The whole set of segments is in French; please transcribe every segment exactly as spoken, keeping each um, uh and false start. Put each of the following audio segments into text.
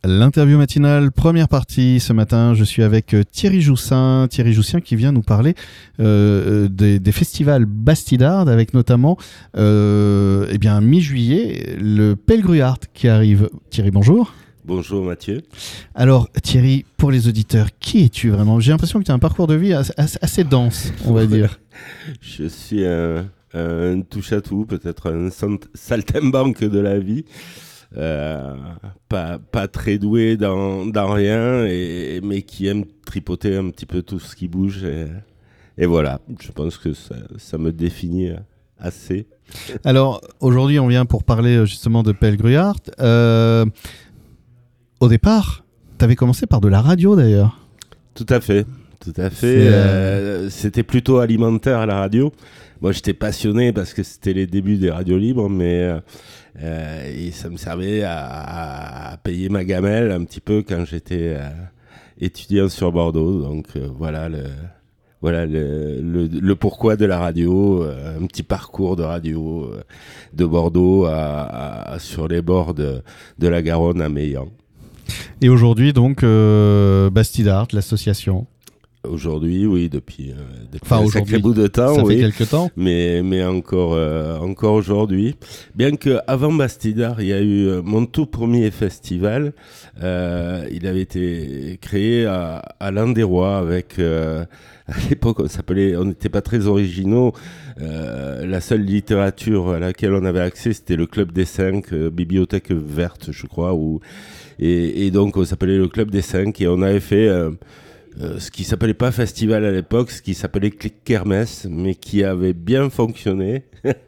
L'interview matinale, première partie. Ce matin, je suis avec Thierry Joussin. Thierry Joussin qui vient nous parler euh, des, des festivals Bastidard, avec notamment, euh, eh bien, mi-juillet, le Pellegruart qui arrive. Thierry, bonjour. Bonjour Mathieu. Alors Thierry, pour les auditeurs, qui es-tu vraiment ? J'ai l'impression que tu as un parcours de vie assez, assez dense, on va dire. Je suis un, un touche-à-tout, peut-être un saltimbanque de la vie. Euh, pas, pas très doué dans, dans rien, et, mais qui aime tripoter un petit peu tout ce qui bouge. Et, et voilà, je pense que ça, ça me définit assez. Alors aujourd'hui, on vient pour parler justement de Pellegruart. Euh, au départ, tu avais commencé par de la radio d'ailleurs. Tout à fait, tout à fait. Euh, c'était plutôt alimentaire à la radio. Moi, j'étais passionné parce que c'était les débuts des radios libres, mais euh, et ça me servait à, à payer ma gamelle un petit peu quand j'étais euh, étudiant sur Bordeaux. Donc euh, voilà le voilà le, le, le pourquoi de la radio, euh, un petit parcours de radio euh, de Bordeaux à, à, sur les bords de, de la Garonne à Meillan. Et aujourd'hui, donc, euh, Bastidard, l'association. Aujourd'hui, oui, depuis, euh, depuis enfin, un sacré bout de temps. Ça oui, fait quelques temps. Mais, mais encore, euh, encore aujourd'hui. Bien qu'avant Bastidard, il y a eu euh, mon tout premier festival. Euh, il avait été créé à, à Landeroy avec... Euh, à l'époque, on s'appelait, on n'était pas très originaux. Euh, la seule littérature à laquelle on avait accès, c'était le Club des Cinq, euh, Bibliothèque Verte, je crois. Où, et, et donc, on s'appelait le Club des Cinq et on avait fait... Euh, Euh, ce qui s'appelait pas festival à l'époque, ce qui s'appelait Kermesse, mais qui avait bien fonctionné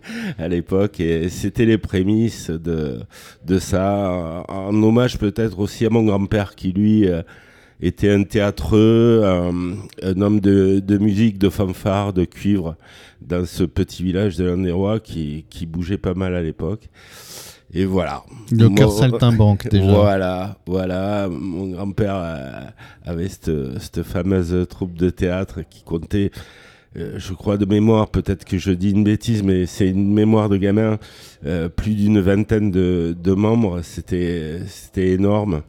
à l'époque, et c'était les prémices de de ça, en, en hommage peut-être aussi à mon grand-père qui lui euh, était un théâtreux, un, un homme de, de musique, de fanfare, de cuivre dans ce petit village de Landeroy qui qui bougeait pas mal à l'époque. Et voilà. Le cœur saltimbanque, déjà. Voilà, voilà. Mon grand-père euh, avait cette, cette fameuse troupe de théâtre qui comptait, euh, je crois de mémoire, peut-être que je dis une bêtise, mais c'est une mémoire de gamin, euh, plus d'une vingtaine de, de membres. C'était, c'était énorme.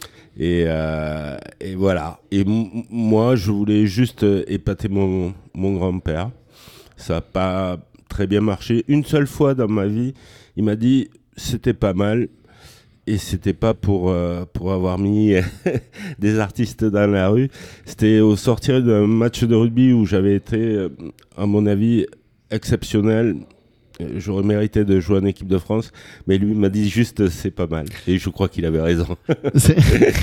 Et, euh, et voilà. Et m- moi, je voulais juste épater mon, mon grand-père. Ça n'a pas très bien marché. Une seule fois dans ma vie, il m'a dit... C'était pas mal, et c'était pas pour euh, pour avoir mis des artistes dans la rue. C'était au sortir d'un match de rugby où j'avais été, euh, à mon avis, exceptionnel. J'aurais mérité de jouer en équipe de France, mais lui m'a dit juste c'est pas mal, et je crois qu'il avait raison. c'est,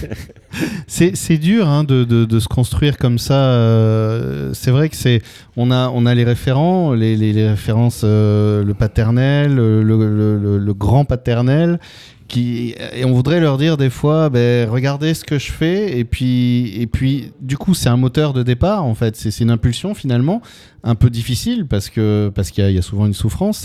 c'est, c'est dur hein, de, de, de se construire comme ça. Euh, c'est vrai que c'est on a on a les référents, les, les, les références, euh, le paternel, le, le, le, le grand paternel. Qui, et on voudrait leur dire des fois, ben, regardez ce que je fais, et puis, et puis du coup c'est un moteur de départ en fait, c'est, c'est une impulsion finalement, un peu difficile parce, que, parce qu'il y a, il y a souvent une souffrance,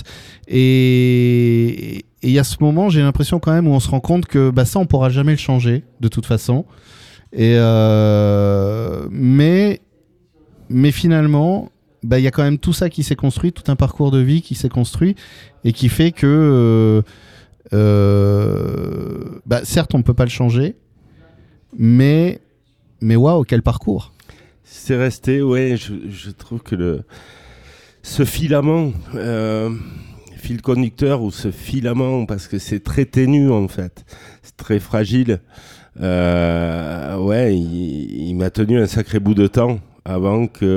et il y a ce moment, j'ai l'impression quand même, où on se rend compte que bah, ça on pourra jamais le changer de toute façon, et, euh, mais, mais finalement bah, y a quand même tout ça qui s'est construit, tout un parcours de vie qui s'est construit, et qui fait que... Euh, Euh, bah certes on peut pas le changer, mais mais waouh, quel parcours. C'est resté, ouais, je, je trouve que le ce filament euh, fil conducteur, ou ce filament, parce que c'est très ténu en fait, c'est très fragile, euh, ouais, il, il m'a tenu un sacré bout de temps avant que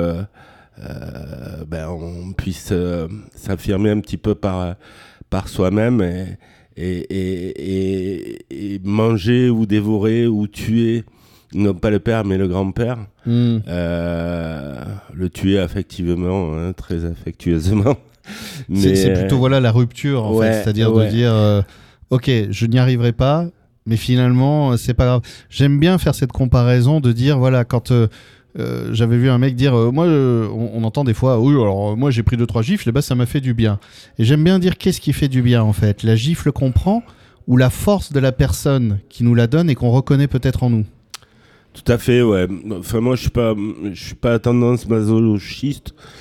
euh, ben on puisse euh, s'affirmer un petit peu par par soi-même, et, et, et, et, et manger ou dévorer ou tuer, non pas le père mais le grand-père, mmh. euh, le tuer affectivement, hein, très affectueusement. Mais c'est, c'est plutôt voilà la rupture en ouais, fait, c'est-à-dire ouais. de dire euh, ok, je n'y arriverai pas, mais finalement c'est pas grave. J'aime bien faire cette comparaison de dire voilà, quand euh, Euh, j'avais vu un mec dire euh, moi euh, on, on entend des fois oui alors euh, moi j'ai pris deux trois gifles et bah ça m'a fait du bien, et j'aime bien dire qu'est-ce qui fait du bien en fait, la gifle qu'on prend ou la force de la personne qui nous la donne et qu'on reconnaît peut-être en nous. Tout à fait, ouais. Enfin moi je suis pas je suis pas à tendance masochiste,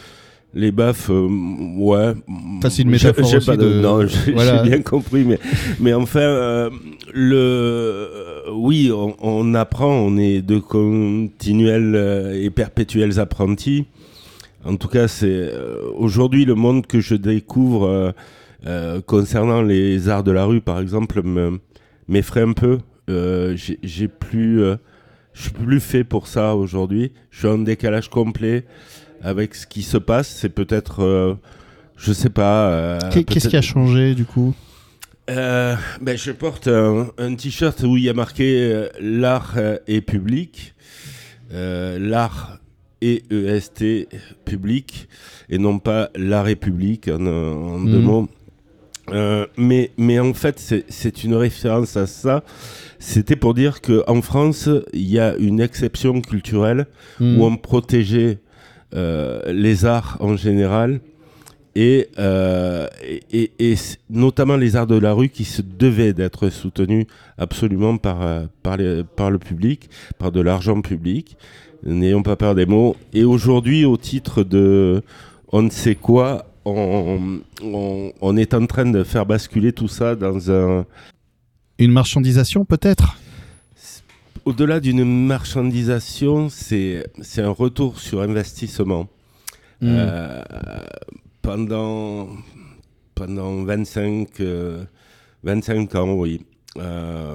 Les baffes, euh, ouais. Ça, c'est une métaphore j'ai, j'ai aussi pas de, de... Non, j'ai, voilà. j'ai bien compris, mais, mais enfin, euh, le, euh, oui, on, on apprend, on est de continuels euh, et perpétuels apprentis. En tout cas, c'est euh, aujourd'hui le monde que je découvre euh, euh, concernant les arts de la rue, par exemple, me, m'effraie un peu. Euh, j'ai, j'ai plus, euh, je suis plus fait pour ça aujourd'hui. Je suis en décalage complet avec ce qui se passe. C'est peut-être, euh, je sais pas. Euh, Qu'est- Qu'est-ce qui a changé du coup ? euh, ben, je porte un, un t-shirt où il y a marqué euh, l'art euh, est public. Euh, l'art et E S T public et non pas la République en, en mmh. deux mots. Euh, mais, mais en fait, c'est, c'est une référence à ça. C'était pour dire qu'en France, il y a une exception culturelle mmh. où on protégeait euh, les arts en général et, euh, et, et, et notamment les arts de la rue qui se devaient d'être soutenus absolument par, euh, par, les, par le public, par de l'argent public. N'ayons pas peur des mots. Et aujourd'hui, au titre de on ne sait quoi, on, on, on est en train de faire basculer tout ça dans un... Une marchandisation peut-être ? Au-delà d'une marchandisation, c'est, c'est un retour sur investissement. Mmh. Euh, pendant, pendant vingt-cinq, euh, vingt-cinq ans, oui. Euh,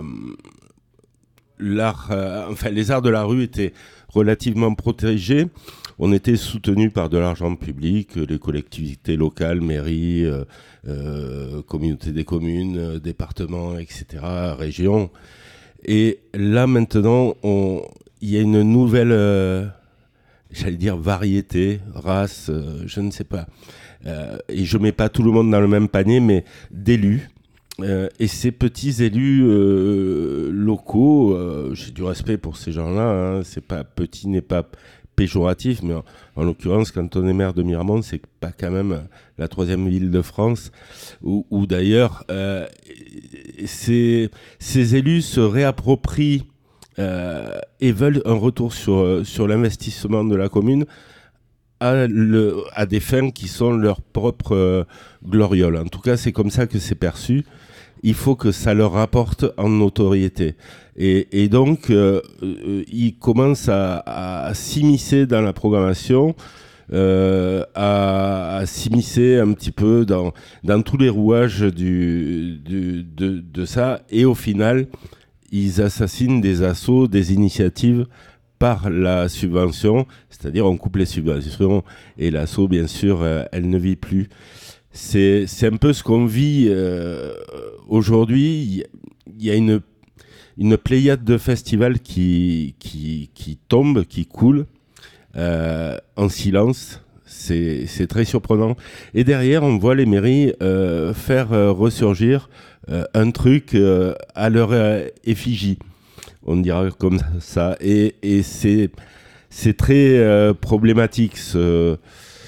l'art, euh, enfin, les arts de la rue étaient relativement protégés. On était soutenu par de l'argent public, les collectivités locales, mairies, euh, euh, communautés des communes, euh, départements, et cetera, régions. Et là, maintenant, il y a une nouvelle, euh, j'allais dire, variété, race, euh, je ne sais pas. Euh, et je ne mets pas tout le monde dans le même panier, mais d'élus. Euh, et ces petits élus euh, locaux, euh, j'ai du respect pour ces gens-là, hein, c'est pas petit n'est pas péjoratif, mais en, en l'occurrence, quand on est maire de Miramont, c'est pas quand même la troisième ville de France, où, où d'ailleurs euh, ces, ces élus se réapproprient euh, et veulent un retour sur, sur l'investissement de la commune à, le, à des fins qui sont leur propre euh, gloriole. En tout cas, c'est comme ça que c'est perçu. Il faut que ça leur rapporte en notoriété. Et, et donc, euh, euh, ils commencent à, à, à s'immiscer dans la programmation, euh, à, à s'immiscer un petit peu dans, dans tous les rouages du, du, de, de ça. Et au final, ils assassinent des assos, des initiatives par la subvention. C'est-à-dire, on coupe les subventions et l'asso, bien sûr, euh, elle ne vit plus. C'est, c'est un peu ce qu'on vit euh, aujourd'hui. Il y a une, une pléiade de festivals qui, qui, qui tombent, qui coulent euh, en silence. C'est, c'est très surprenant. Et derrière, on voit les mairies euh, faire euh, ressurgir euh, un truc euh, à leur euh, effigie. On dira comme ça. Et, et c'est, c'est très euh, problématique, ce...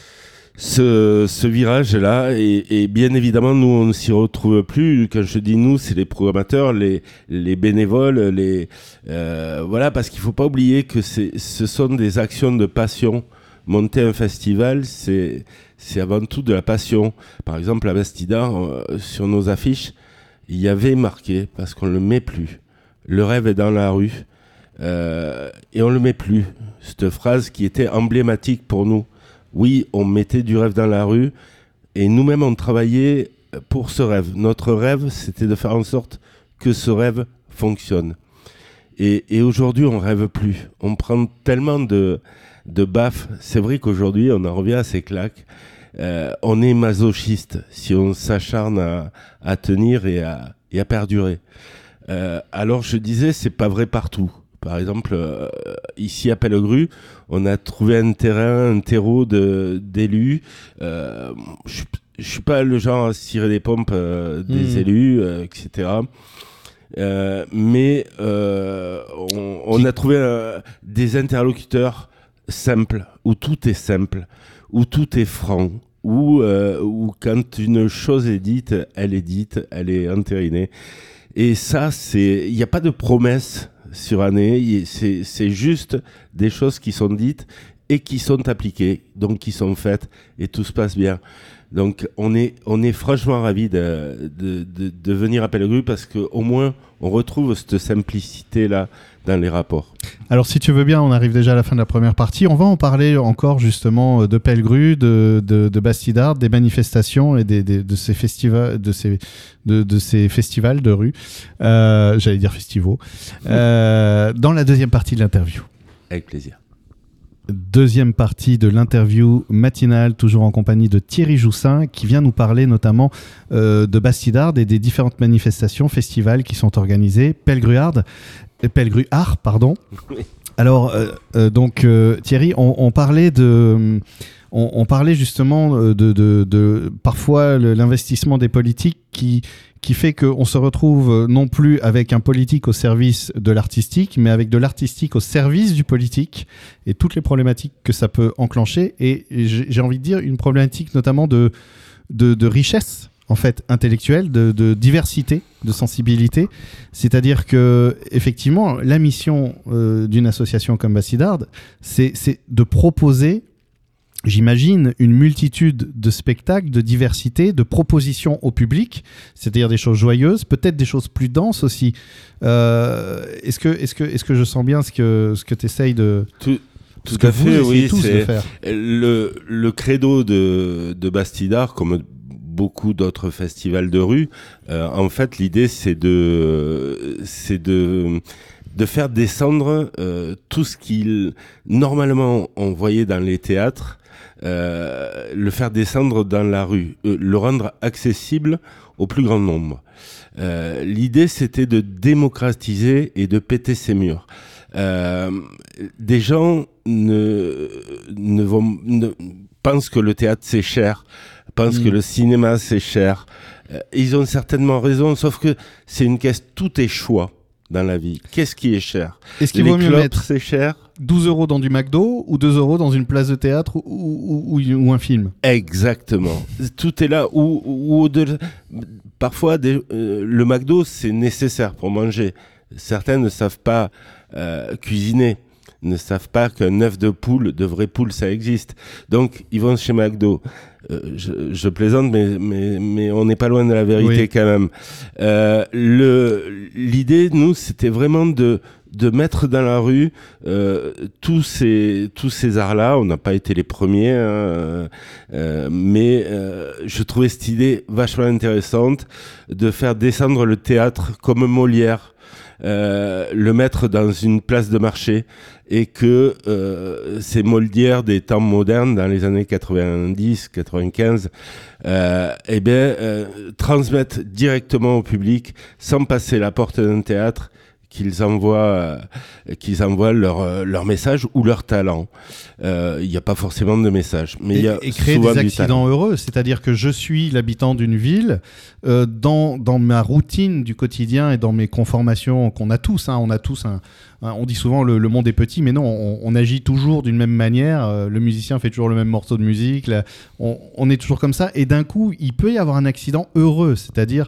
Ce, ce virage-là, et, et bien évidemment, nous, on ne s'y retrouve plus. Quand je dis nous, c'est les programmateurs, les, les bénévoles, les, euh, voilà, parce qu'il ne faut pas oublier que c'est, ce sont des actions de passion. Monter un festival, c'est, c'est avant tout de la passion. Par exemple, à Bastida, euh, sur nos affiches, il y avait marqué, parce qu'on ne le met plus, le rêve est dans la rue, euh, et on ne le met plus. Cette phrase qui était emblématique pour nous. Oui, on mettait du rêve dans la rue et nous-mêmes, on travaillait pour ce rêve. Notre rêve, c'était de faire en sorte que ce rêve fonctionne. Et, et aujourd'hui, on rêve plus. On prend tellement de, de baffes. C'est vrai qu'aujourd'hui, on en revient à ces claques. Euh, on est masochiste si on s'acharne à, à tenir et à, et à perdurer. Euh, alors, je disais, c'est pas vrai partout. Par exemple, euh, ici à Pellegru, on a trouvé un terrain, un terreau de, d'élus. Euh, je ne suis pas le genre à cirer des pompes euh, des mmh. élus, euh, et cetera. Euh, mais euh, on, on a trouvé euh, des interlocuteurs simples, où tout est simple, où tout est franc, où, euh, où quand une chose est dite, elle est dite, elle est entérinée. Et ça, c'est, il n'y a pas de promesse sur année, c'est, c'est juste des choses qui sont dites et qui sont appliquées, donc qui sont faites, et tout se passe bien. Donc on est, on est franchement ravis de, de, de, de venir à Pellegru parce qu'au moins on retrouve cette simplicité-là dans les rapports. Alors si tu veux bien, on arrive déjà à la fin de la première partie. On va en parler encore justement de Pellegru, de, de, de Bastidard, des manifestations et des, des, de, ces festiva- de, ces, de, de ces festivals de rue. Euh, j'allais dire festivals. Euh, dans la deuxième partie de l'interview. Avec plaisir. Deuxième partie de l'interview matinale, toujours en compagnie de Thierry Joussin, qui vient nous parler notamment euh, de Bastidard et des différentes manifestations, festivals qui sont organisés. Pellegruard, Pellegru Art, pardon. Alors, euh, euh, donc, euh, Thierry, on, on parlait de... On, on parlait justement de, de, de, de parfois le, l'investissement des politiques qui, qui fait qu'on se retrouve non plus avec un politique au service de l'artistique, mais avec de l'artistique au service du politique et toutes les problématiques que ça peut enclencher. Et j'ai, j'ai envie de dire une problématique notamment de, de, de richesse en fait intellectuelle, de, de diversité, de sensibilité. C'est-à-dire que effectivement, la mission euh, d'une association comme Bastidard, c'est, c'est de proposer, j'imagine, une multitude de spectacles, de diversité, de propositions au public, c'est-à-dire des choses joyeuses, peut-être des choses plus denses aussi. Euh, est-ce que, est-ce que, est-ce que je sens bien ce que, ce que tu essayes de... Tout, tout ce que à vous fait, essayez oui. tous de faire. Le, le credo de, de Bastidard, comme beaucoup d'autres festivals de rue, euh, en fait, l'idée, c'est de... C'est de de faire descendre euh, tout ce qu'il, normalement, on voyait dans les théâtres, euh, le faire descendre dans la rue, euh, le rendre accessible au plus grand nombre. Euh, l'idée, c'était de démocratiser et de péter ces murs. Euh, des gens ne, ne vont, ne, pensent que le théâtre, c'est cher, pensent mmh. que le cinéma, c'est cher. Euh, ils ont certainement raison, sauf que c'est une question, tout est choix. Dans la vie, qu'est-ce qui est cher? Est-ce qu'il Les vaut mieux clopes, mettre c'est cher douze euros dans du McDo ou deux euros dans une place de théâtre ou, ou, ou, ou un film? Exactement. Tout est là. Ou, ou de, parfois, des, euh, le McDo, c'est nécessaire pour manger. Certains ne savent pas euh, cuisiner, ne savent pas qu'un œuf de poule, de vraie poule, ça existe. Donc, ils vont chez McDo. Euh, je, je plaisante, mais, mais, mais on n'est pas loin de la vérité oui. quand même. Euh, le, l'idée, nous, c'était vraiment de, de mettre dans la rue euh, tous ces, tous ces arts-là. On n'a pas été les premiers, hein, euh, mais euh, je trouvais cette idée vachement intéressante de faire descendre le théâtre comme Molière. Euh, le mettre dans une place de marché et que euh, ces Molières des temps modernes dans les années quatre-vingt-dix quatre-vingt-quinze euh, eh bien euh, transmettent directement au public sans passer la porte d'un théâtre qu'ils envoient, euh, qu'ils envoient leur, euh, leur message ou leur talent. Il euh, n'y a pas forcément de message, mais il y a et créer souvent des du accidents talent. heureux, c'est-à-dire que je suis l'habitant d'une ville, euh, dans, dans ma routine du quotidien et dans mes conformations qu'on a tous, hein, on a tous un, un, on dit souvent le, le monde est petit, mais non, on, on agit toujours d'une même manière, euh, le musicien fait toujours le même morceau de musique, là, on, on est toujours comme ça, et d'un coup, il peut y avoir un accident heureux, c'est-à-dire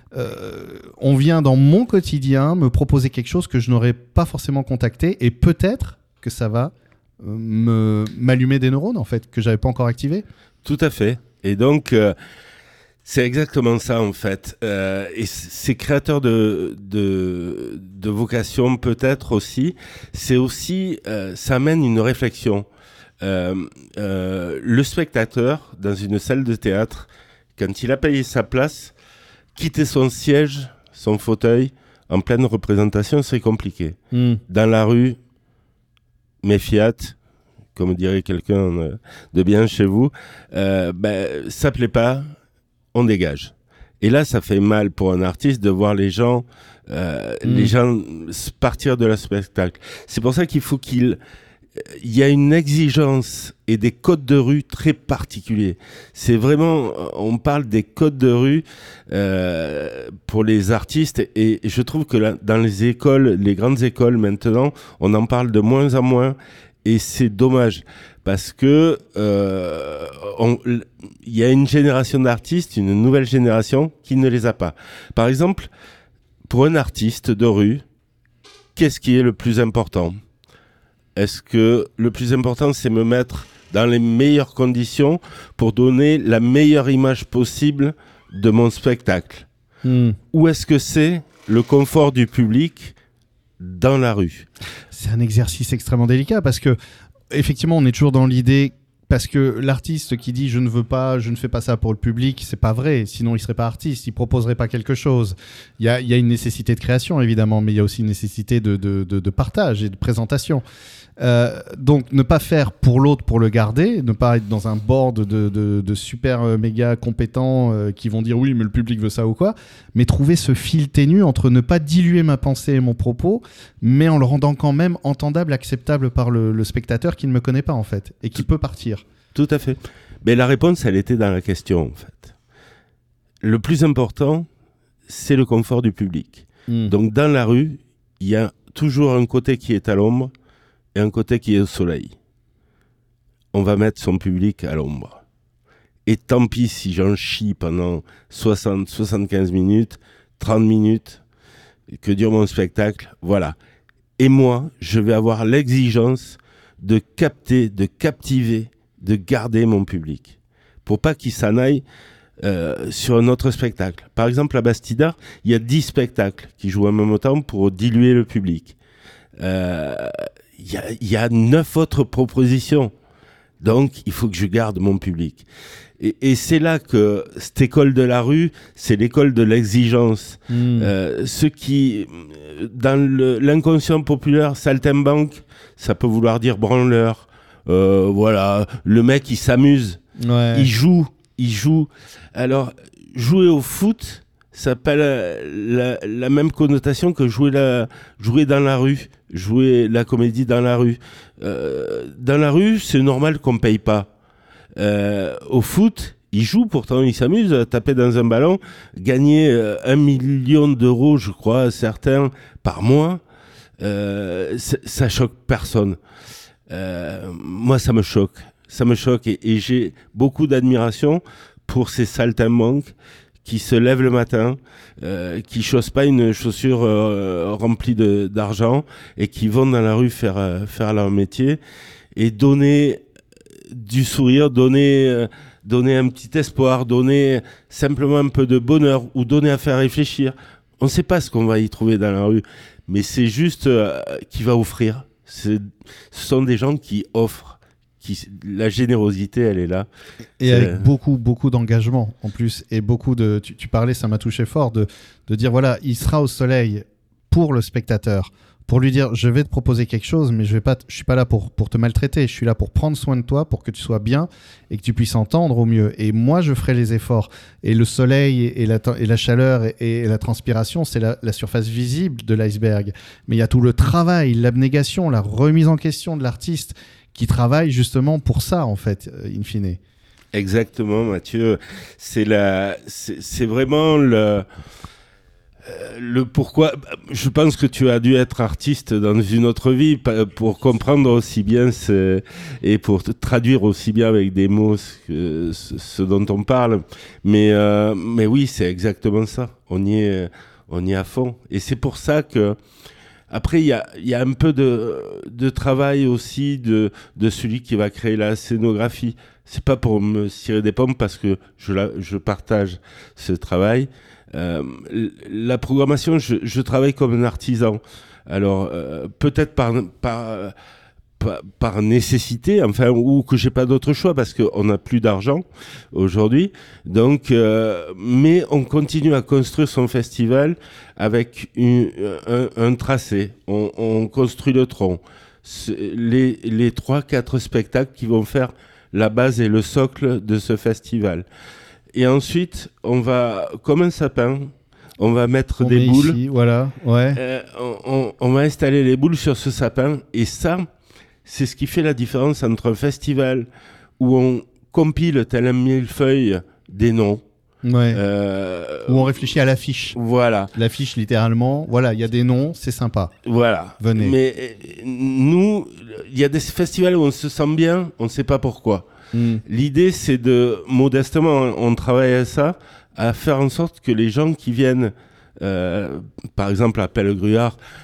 Euh, on vient dans mon quotidien me proposer quelque chose que je n'aurais pas forcément contacté et peut-être que ça va euh, me, m'allumer des neurones en fait que j'avais pas encore activés. Tout à fait. Et donc euh, c'est exactement ça en fait. Euh, et c- ces créateurs de, de, de vocation peut-être aussi, c'est aussi, euh, ça amène une réflexion. Euh, euh, le spectateur dans une salle de théâtre, quand il a payé sa place, quitter son siège, son fauteuil, en pleine représentation, c'est compliqué. Mm. Dans la rue, mes fiat, comme dirait quelqu'un de bien chez vous, euh, ben, ça plaît pas, on dégage. Et là, ça fait mal pour un artiste de voir les gens, euh, mm. les gens partir de leur spectacle. C'est pour ça qu'il faut qu'il... Il y a une exigence et des codes de rue très particuliers. C'est vraiment, on parle des codes de rue euh, pour les artistes et je trouve que là, dans les écoles, les grandes écoles maintenant, on en parle de moins en moins et c'est dommage parce que euh, on, il y a une génération d'artistes, une nouvelle génération qui ne les a pas. Par exemple, pour un artiste de rue, qu'est-ce qui est le plus important ? Est-ce que le plus important, c'est me mettre dans les meilleures conditions pour donner la meilleure image possible de mon spectacle? Mmh. Ou est-ce que c'est le confort du public dans la rue? C'est un exercice extrêmement délicat parce que, effectivement, on est toujours dans l'idée, parce que l'artiste qui dit « je ne veux pas, je ne fais pas ça pour le public », c'est pas vrai, sinon il serait pas artiste, il proposerait pas quelque chose. Il y a, il y a une nécessité de création, évidemment, mais il y a aussi une nécessité de, de, de, de partage et de présentation. Euh, donc ne pas faire pour l'autre pour le garder, ne pas être dans un board de, de, de super euh, méga compétents euh, qui vont dire oui mais le public veut ça ou quoi, mais trouver ce fil ténu entre ne pas diluer ma pensée et mon propos, mais en le rendant quand même entendable, acceptable par le, le spectateur qui ne me connaît pas en fait et qui peut partir. Tout à fait. Mais la réponse, elle était dans la question en fait. Le plus important, c'est le confort du public. Mmh. Donc dans la rue, il y a toujours un côté qui est à l'ombre et un côté qui est au soleil. On va mettre son public à l'ombre. Et tant pis si j'en chie pendant soixante, soixante-quinze minutes, trente minutes, que dure mon spectacle, voilà. Et moi, je vais avoir l'exigence de capter, de captiver, de garder mon public. Pour pas qu'il s'en aille euh, sur un autre spectacle. Par exemple, à Bastida, il y a dix spectacles qui jouent en même temps pour diluer le public. Euh, Il y a, il y a neuf autres propositions. Donc, il faut que je garde mon public. Et, et c'est là que cette école de la rue, c'est l'école de l'exigence. Mmh. Euh, ce qui, dans le, l'inconscient populaire, saltimbanque, ça peut vouloir dire branleur. Euh, voilà, le mec, il s'amuse. Ouais. Il joue, il joue. Alors, jouer au foot, ça n'a pas la, la, la même connotation que jouer, la, jouer dans la rue, jouer la comédie dans la rue. Euh, dans la rue, c'est normal qu'on ne paye pas. Euh, au foot, ils jouent, pourtant ils s'amusent à taper dans un ballon, gagner euh, un million d'euros, je crois, certains, par mois, euh, ça choque personne. Euh, moi, ça me choque. Ça me choque et, et j'ai beaucoup d'admiration pour ces saltimbanques qui se lèvent le matin, euh, qui chaussent pas une chaussure euh, remplie de, d'argent et qui vont dans la rue faire, euh, faire leur métier et donner du sourire, donner, euh, donner un petit espoir, donner simplement un peu de bonheur ou donner à faire réfléchir. On ne sait pas ce qu'on va y trouver dans la rue, mais c'est juste euh, qui va offrir. C'est, ce sont des gens qui offrent. Qui, la générosité, elle est là. Et c'est... avec beaucoup, beaucoup d'engagement en plus. Et beaucoup de. Tu, tu parlais, ça m'a touché fort, de, de dire voilà, il sera au soleil pour le spectateur, pour lui dire je vais te proposer quelque chose, mais je vais pas, je suis pas là pour, pour te maltraiter. Je suis là pour prendre soin de toi, pour que tu sois bien et que tu puisses entendre au mieux. Et moi, je ferai les efforts. Et le soleil et la, et la chaleur et, et la transpiration, c'est la, la surface visible de l'iceberg. Mais il y a tout le travail, l'abnégation, la remise en question de l'artiste qui travaille justement pour ça, en fait, in fine. Exactement, Mathieu. C'est, la, c'est, c'est vraiment le, le pourquoi. Je pense que tu as dû être artiste dans une autre vie pour comprendre aussi bien ce, et pour te traduire aussi bien avec des mots ce, ce dont on parle. Mais, euh, mais oui, c'est exactement ça. On y est, on y est à fond. Et c'est pour ça que après, il y a, y a un peu de, de travail aussi de, de celui qui va créer la scénographie. C'est pas pour me cirer des pommes parce que je, la, je partage ce travail. Euh, la programmation, je, je travaille comme un artisan. Alors, euh, peut-être par, par, par, par nécessité, enfin, ou que j'ai pas d'autre choix parce qu'on n'a plus d'argent aujourd'hui. Donc, euh, mais on continue à construire son festival avec une, un, un tracé. On, on construit le tronc. Les, les trois, quatre spectacles qui vont faire la base et le socle de ce festival. Et ensuite, on va, comme un sapin, on va mettre on des boules. Ici, voilà, ouais. Euh, on, on, on va installer les boules sur ce sapin. Et ça, c'est ce qui fait la différence entre un festival où on compile tel un millefeuille des noms. Ouais. Euh, où on réfléchit à l'affiche. Voilà. L'affiche, littéralement. Voilà, il y a des noms, c'est sympa. Voilà. Venez. Mais euh, nous, il y a des festivals où on se sent bien, on ne sait pas pourquoi. Mm. L'idée, c'est de, modestement, on travaille à ça, à faire en sorte que les gens qui viennent, euh, par exemple à Pellegruard,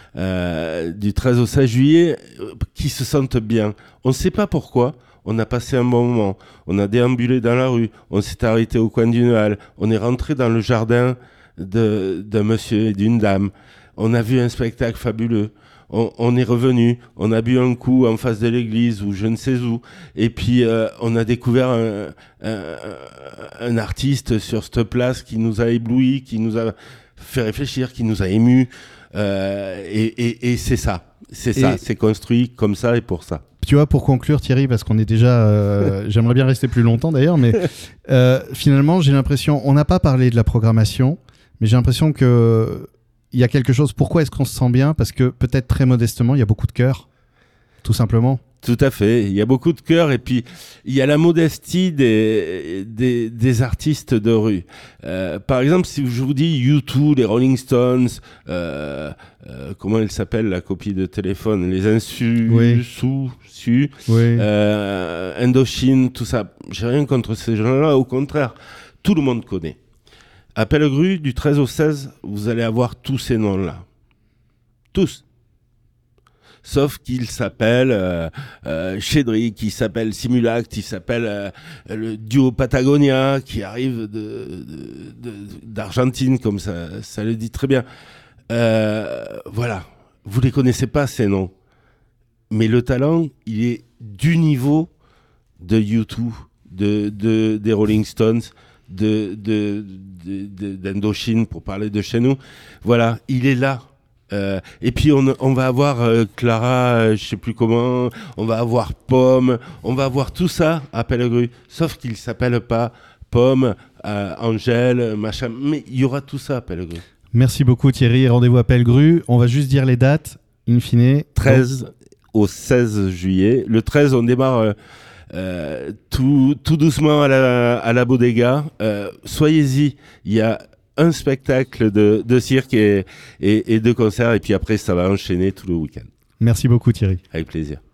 euh, du treize au seize juillet euh, qui se sentent bien. On ne sait pas pourquoi. On a passé un bon moment. On a déambulé dans la rue. On s'est arrêté au coin d'une halle. On est rentré dans le jardin de, d'un monsieur et d'une dame. On a vu un spectacle fabuleux. On, on est revenu, on a bu un coup en face de l'église ou je ne sais où, et puis euh, on a découvert un, un, un artiste sur cette place qui nous a ébloui, qui nous a fait réfléchir, qui nous a émus, euh, et, et, et c'est ça, c'est ça, et c'est construit comme ça et pour ça. Tu vois, pour conclure Thierry, parce qu'on est déjà, euh, j'aimerais bien rester plus longtemps d'ailleurs, mais euh, finalement j'ai l'impression, on n'a pas parlé de la programmation, mais j'ai l'impression que il y a quelque chose. Pourquoi est-ce qu'on se sent bien ? Parce que peut-être très modestement, il y a beaucoup de cœur, tout simplement. Tout à fait. Il y a beaucoup de cœur et puis il y a la modestie des, des, des artistes de rue. Euh, par exemple, si je vous dis U deux, les Rolling Stones, euh, euh, comment elle s'appelle la copie de téléphone, les Insus, oui. Sous, Su, oui. euh, Indochine, tout ça. J'ai rien contre ces gens-là. Au contraire, tout le monde connaît. À Pellegru, du treize au seize, vous allez avoir tous ces noms-là. Tous. Sauf qu'ils s'appellent euh, euh, Chédric, qui s'appelle Simulact, qui s'appelle euh, le duo Patagonia, qui arrive de, de, de, d'Argentine, comme ça, ça le dit très bien. Euh, voilà. Vous les connaissez pas, ces noms. Mais le talent, il est du niveau de U deux, de, de, des Rolling Stones, de, de, de, de, d'Indochine, pour parler de chez nous. Voilà, il est là. Euh, et puis on, on va avoir euh, Clara, euh, je sais plus comment, on va avoir Pomme, on va avoir tout ça à Pellegru, sauf qu'il s'appelle pas Pomme, euh, Angèle, machin, mais il y aura tout ça à Pellegru. Merci beaucoup Thierry, rendez-vous à Pellegru. On va juste dire les dates, in fine. treize au seize juillet. Le treize, on démarre... Euh, Euh, tout, tout doucement à la, à la bodega. Euh, soyez-y, il y a un spectacle de, de cirque et, et, et de concerts, et puis après ça va enchaîner tout le week-end. Merci beaucoup Thierry. Avec plaisir.